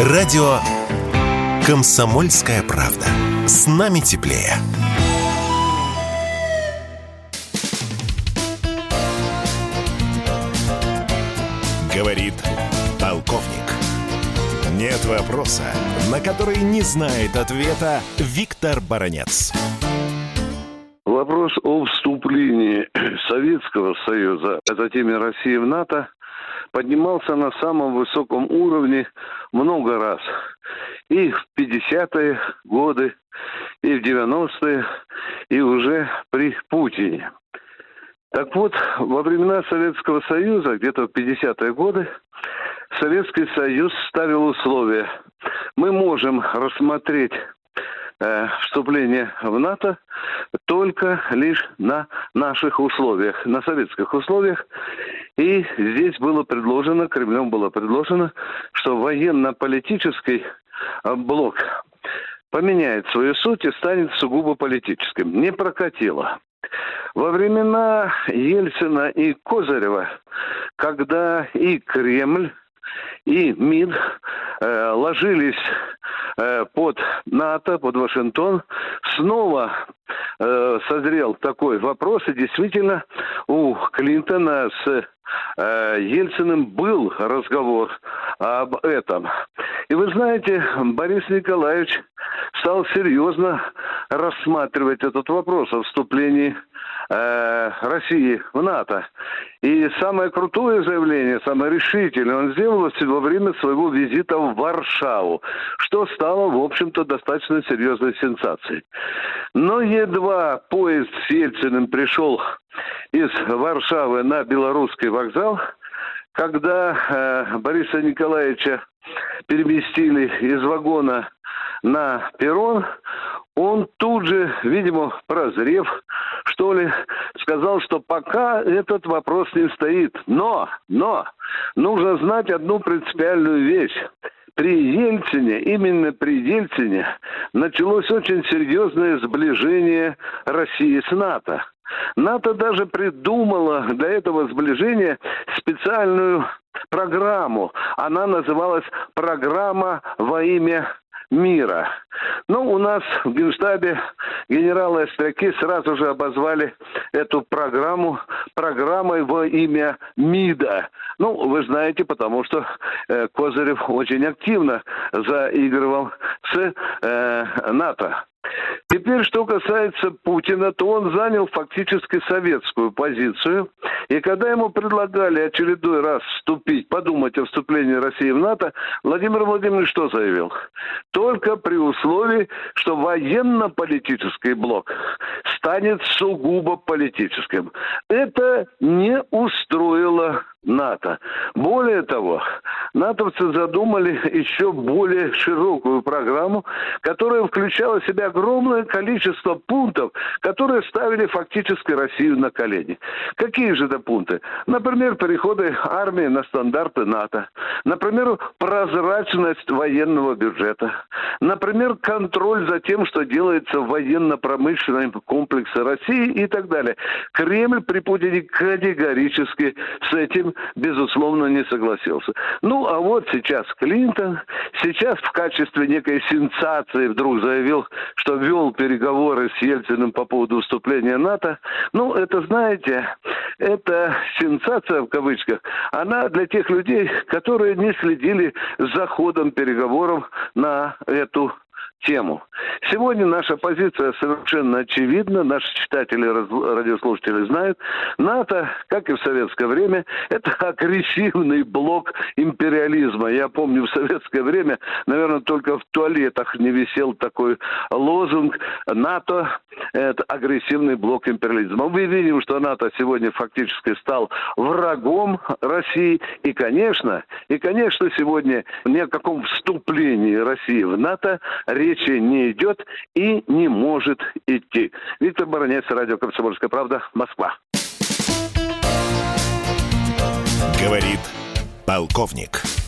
Радио «Комсомольская правда». С нами теплее. Говорит полковник. Нет вопроса, на который не знает ответа Виктор Баранец. Вопрос о вступлении Советского Союза, а затем и России в НАТО, поднимался на самом высоком уровне много раз. И в 50-е годы, и в 90-е, и уже при Путине. Так вот, во времена Советского Союза, где-то в 50-е годы, Советский Союз ставил условия. Мы можем рассмотреть вступление в НАТО только лишь на наших условиях, на советских условиях. И здесь было предложено, Кремлем было предложено, что военно-политический блок поменяет свою суть и станет сугубо политическим. Не прокатило. Во времена Ельцина и Козырева, когда и Кремль, и МИД ложились под НАТО, под Вашингтон, снова созрел такой вопрос, и действительно у Клинтона с Ельциным был разговор об этом. И вы знаете, Борис Николаевич стал серьезно рассматривать этот вопрос о вступлении России в НАТО. И самое крутое заявление, самое решительное он сделал во время своего визита в Варшаву, что стало, в общем-то, достаточно серьезной сенсацией. Но едва поезд с Ельциным пришел из Варшавы на Белорусский вокзал, когда Бориса Николаевича переместили из вагона на перрон, он тут же, видимо, прозрев, что ли, сказал, что пока этот вопрос не стоит. Но нужно знать одну принципиальную вещь. При Ельцине, именно при Ельцине, началось очень серьезное сближение России с НАТО. НАТО даже придумала для этого сближения специальную программу. Она называлась «Программа во имя мира». Но у нас в Генштабе генералы и остряки сразу же обозвали эту программу программой во имя МИДа. Ну, вы знаете, потому что Козырев очень активно заигрывал с НАТО. Теперь, что касается Путина, то он занял фактически советскую позицию. И когда ему предлагали очередной раз вступить, подумать о вступлении России в НАТО, Владимир Владимирович что заявил? Только при условии, что военно-политический блок станет сугубо политическим. Это не устроило НАТО. Более того, натовцы задумали еще более широкую программу, которая включала в себя огромное количество пунктов, которые ставили фактически Россию на колени. Какие же это пункты? Например, переходы армии на стандарты НАТО. Например, прозрачность военного бюджета. Например, контроль за тем, что делается в военно-промышленном комплексе России и так далее. Кремль при Путине категорически с этим, безусловно, не согласился. Ну, а вот сейчас Клинтон, сейчас в качестве некой сенсации вдруг заявил, что вел переговоры с Ельциным по поводу вступления в НАТО. Ну, это, знаете, эта сенсация, в кавычках, она для тех людей, которые не следили за ходом переговоров на эту тему. Сегодня наша позиция совершенно очевидна. Наши читатели, радиослушатели знают. НАТО, как и в советское время, это агрессивный блок империализма. Я помню, в советское время, наверное, только в туалетах не висел такой лозунг: НАТО – это агрессивный блок империализма. Мы видим, что НАТО сегодня фактически стал врагом России. И, конечно, сегодня ни о каком вступлении России в НАТО речи не идет и не может идти. Виктор Баранец, радио «Комсомольская правда», Москва. Говорит полковник.